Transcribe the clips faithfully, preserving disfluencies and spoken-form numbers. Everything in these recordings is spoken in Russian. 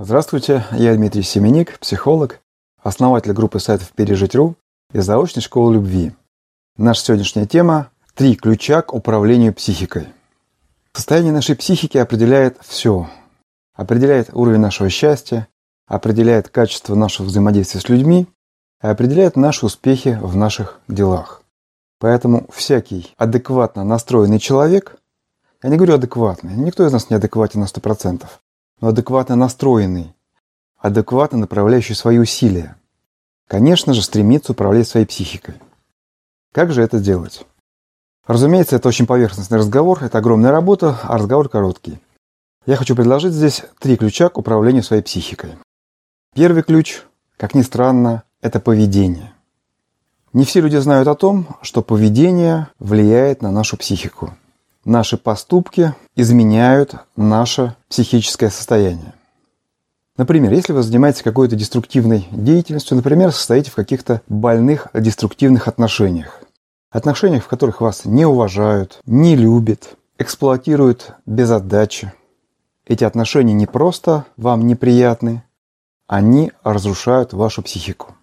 Здравствуйте, я Дмитрий Семеник, психолог, основатель группы сайтов «Пережить точка ру» и заочной школы любви. Наша сегодняшняя тема – три ключа к управлению психикой. Состояние нашей психики определяет все. Определяет уровень нашего счастья, определяет качество нашего взаимодействия с людьми и определяет наши успехи в наших делах. Поэтому всякий адекватно настроенный человек, я не говорю адекватный, никто из нас не адекватен на сто процентов, но адекватно настроенный, адекватно направляющий свои усилия, конечно же, стремится управлять своей психикой. Как же это делать? Разумеется, это очень поверхностный разговор, это огромная работа, а разговор короткий. Я хочу предложить здесь три ключа к управлению своей психикой. Первый ключ, как ни странно, это поведение. Не все люди знают о том, что поведение влияет на нашу психику. Наши поступки изменяют наше психическое состояние. Например, если вы занимаетесь какой-то деструктивной деятельностью, например, состоите в каких-то больных деструктивных отношениях. Отношениях, в которых вас не уважают, не любят, эксплуатируют без отдачи. Эти отношения не просто вам неприятны, они разрушают вашу психику.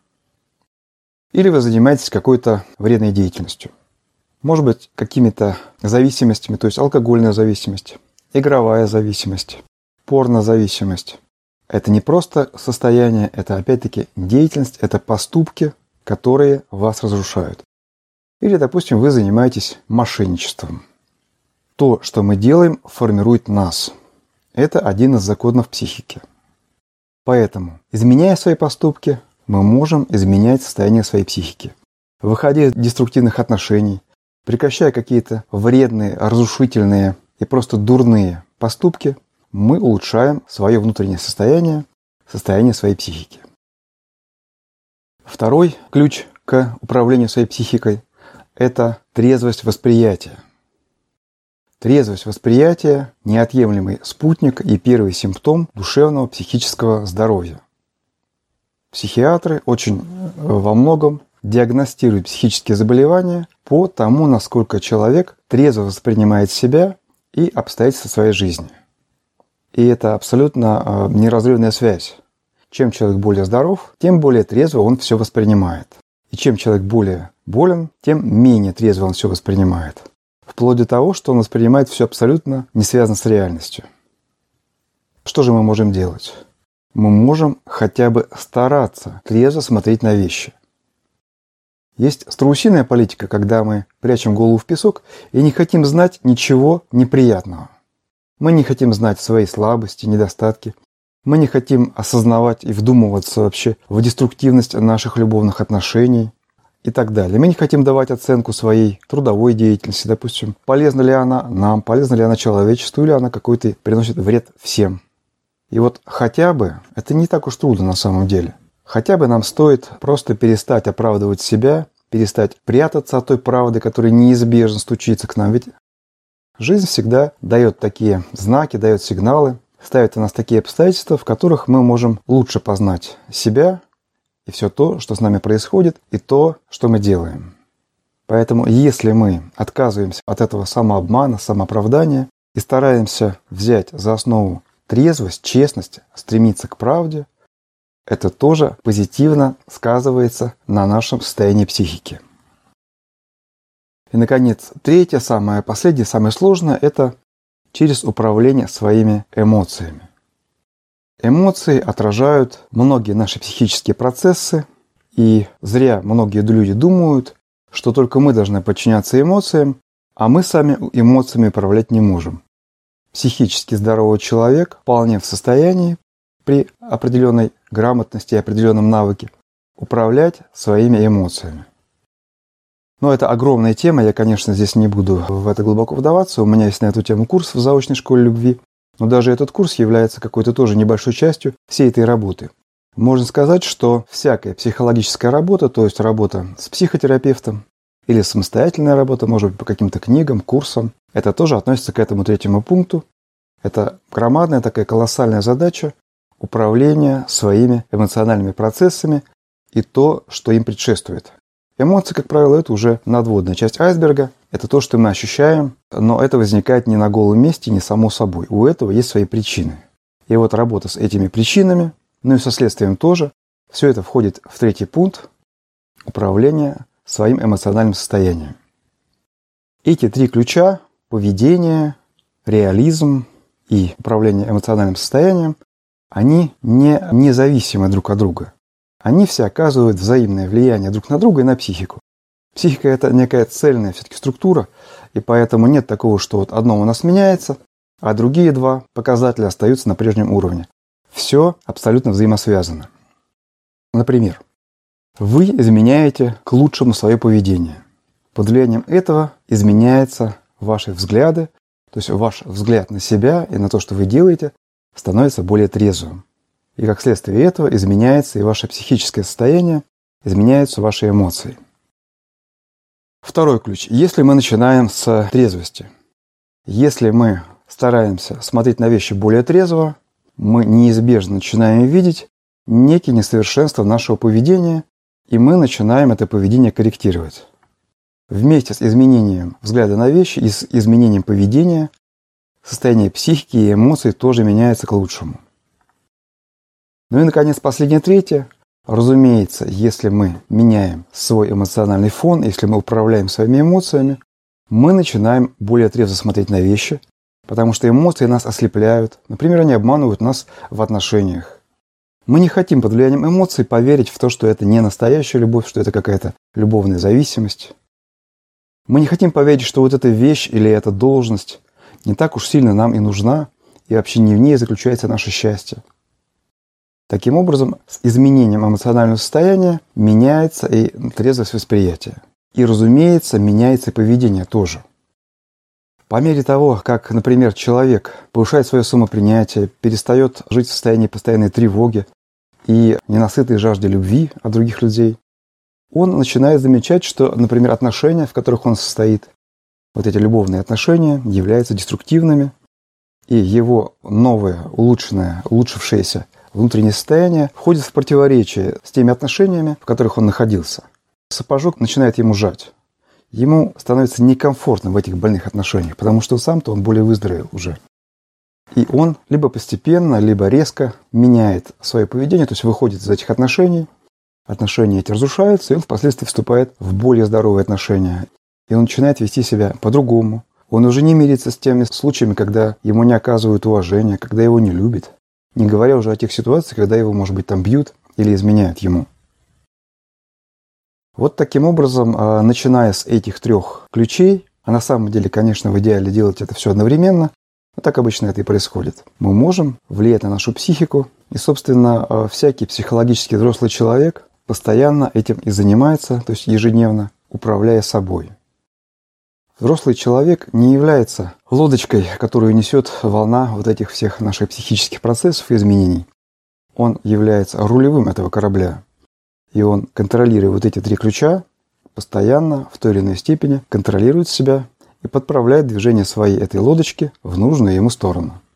Или вы занимаетесь какой-то вредной деятельностью. Может быть, какими-то зависимостями, то есть алкогольная зависимость, игровая зависимость, порнозависимость. Это не просто состояние, это опять-таки деятельность, это поступки, которые вас разрушают. Или, допустим, вы занимаетесь мошенничеством. То, что мы делаем, формирует нас. Это один из законов психики. Поэтому, изменяя свои поступки, мы можем изменять состояние своей психики. Выходя из деструктивных отношений, прекращая какие-то вредные, разрушительные и просто дурные поступки, мы улучшаем свое внутреннее состояние, состояние своей психики. Второй ключ к управлению своей психикой – это трезвость восприятия. Трезвость восприятия – неотъемлемый спутник и первый симптом душевного психического здоровья. Психиатры очень во многом диагностируют психические заболевания по тому, насколько человек трезво воспринимает себя и обстоятельства своей жизни. И это абсолютно неразрывная связь. Чем человек более здоров, тем более трезво он все воспринимает. И чем человек более болен, тем менее трезво он все воспринимает. Вплоть до того, что он воспринимает все абсолютно не связано с реальностью. Что же мы можем делать? Мы можем хотя бы стараться трезво смотреть на вещи. Есть страусиная политика, когда мы прячем голову в песок и не хотим знать ничего неприятного. Мы не хотим знать свои слабости, недостатки. Мы не хотим осознавать и вдумываться вообще в деструктивность наших любовных отношений и так далее. Мы не хотим давать оценку своей трудовой деятельности, допустим, полезна ли она нам, полезна ли она человечеству, или она какой-то приносит вред всем. И вот хотя бы, это не так уж трудно на самом деле, хотя бы нам стоит просто перестать оправдывать себя, перестать прятаться от той правды, которая неизбежно стучится к нам. Ведь жизнь всегда дает такие знаки, дает сигналы, ставит у нас такие обстоятельства, в которых мы можем лучше познать себя и все то, что с нами происходит, и то, что мы делаем. Поэтому если мы отказываемся от этого самообмана, самооправдания и стараемся взять за основу трезвость, честность, стремиться к правде, это тоже позитивно сказывается на нашем состоянии психики. И, наконец, третье, самое последнее, самое сложное – это через управление своими эмоциями. Эмоции отражают многие наши психические процессы, и зря многие люди думают, что только мы должны подчиняться эмоциям, а мы сами эмоциями управлять не можем. Психически здоровый человек вполне в состоянии при определенной грамотности и определенном навыке управлять своими эмоциями. Но это огромная тема, я, конечно, здесь не буду в это глубоко вдаваться. У меня есть на эту тему курс в заочной школе любви, но даже этот курс является какой-то тоже небольшой частью всей этой работы. Можно сказать, что всякая психологическая работа, то есть работа с психотерапевтом или самостоятельная работа, может быть, по каким-то книгам, курсам, это тоже относится к этому третьему пункту. Это громадная такая колоссальная задача управления своими эмоциональными процессами и то, что им предшествует. Эмоции, как правило, это уже надводная часть айсберга. Это то, что мы ощущаем, но это возникает не на голом месте, не само собой. У этого есть свои причины. И вот работа с этими причинами, ну и со следствием тоже, все это входит в третий пункт – управление своим эмоциональным состоянием. Эти три ключа – поведение, реализм и управление эмоциональным состоянием – они не независимы друг от друга. Они все оказывают взаимное влияние друг на друга и на психику. Психика – это некая цельная все-таки структура, и поэтому нет такого, что вот одно у нас меняется, а другие два показателя остаются на прежнем уровне. Все абсолютно взаимосвязано. Например, вы изменяете к лучшему свое поведение. Под влиянием этого изменяются ваши взгляды, то есть ваш взгляд на себя и на то, что вы делаете, становится более трезвым. И как следствие этого изменяется и ваше психическое состояние, изменяются ваши эмоции. Второй ключ. Если мы начинаем с трезвости, если мы стараемся смотреть на вещи более трезво, мы неизбежно начинаем видеть некие несовершенства нашего поведения, и мы начинаем это поведение корректировать. Вместе с изменением взгляда на вещи и с изменением поведения состояние психики и эмоций тоже меняется к лучшему. Ну и, наконец, последнее, третье. Разумеется, если мы меняем свой эмоциональный фон, если мы управляем своими эмоциями, мы начинаем более трезво смотреть на вещи, потому что эмоции нас ослепляют. Например, они обманывают нас в отношениях. Мы не хотим под влиянием эмоций поверить в то, что это не настоящая любовь, что это какая-то любовная зависимость. Мы не хотим поверить, что вот эта вещь или эта должность не так уж сильно нам и нужна, и вообще не в ней заключается наше счастье. Таким образом, с изменением эмоционального состояния меняется и трезвость восприятия. И, разумеется, меняется и поведение тоже. По мере того, как, например, человек повышает свое самопринятие, перестает жить в состоянии постоянной тревоги и ненасытой жажде любви от других людей, он начинает замечать, что, например, отношения, в которых он состоит, вот эти любовные отношения являются деструктивными, и его новое, улучшенное, улучшившееся внутреннее состояние входит в противоречие с теми отношениями, в которых он находился. Сапожок начинает ему жать. Ему становится некомфортно в этих больных отношениях, потому что сам-то он более выздоровел уже. И он либо постепенно, либо резко меняет свое поведение, то есть выходит из этих отношений, отношения эти разрушаются, и он впоследствии вступает в более здоровые отношения. И он начинает вести себя по-другому. Он уже не мирится с теми случаями, когда ему не оказывают уважения, когда его не любят. Не говоря уже о тех ситуациях, когда его, может быть, там бьют или изменяют ему. Вот таким образом, начиная с этих трех ключей, а на самом деле, конечно, в идеале делать это все одновременно, но так обычно это и происходит. Мы можем влиять на нашу психику, и, собственно, всякий психологически взрослый человек постоянно этим и занимается, то есть ежедневно, управляя собой. Взрослый человек не является лодочкой, которую несет волна вот этих всех наших психических процессов и изменений. Он является рулевым этого корабля. И он, контролируя вот эти три ключа, постоянно, в той или иной степени, контролирует себя и подправляет движение своей этой лодочки в нужную ему сторону.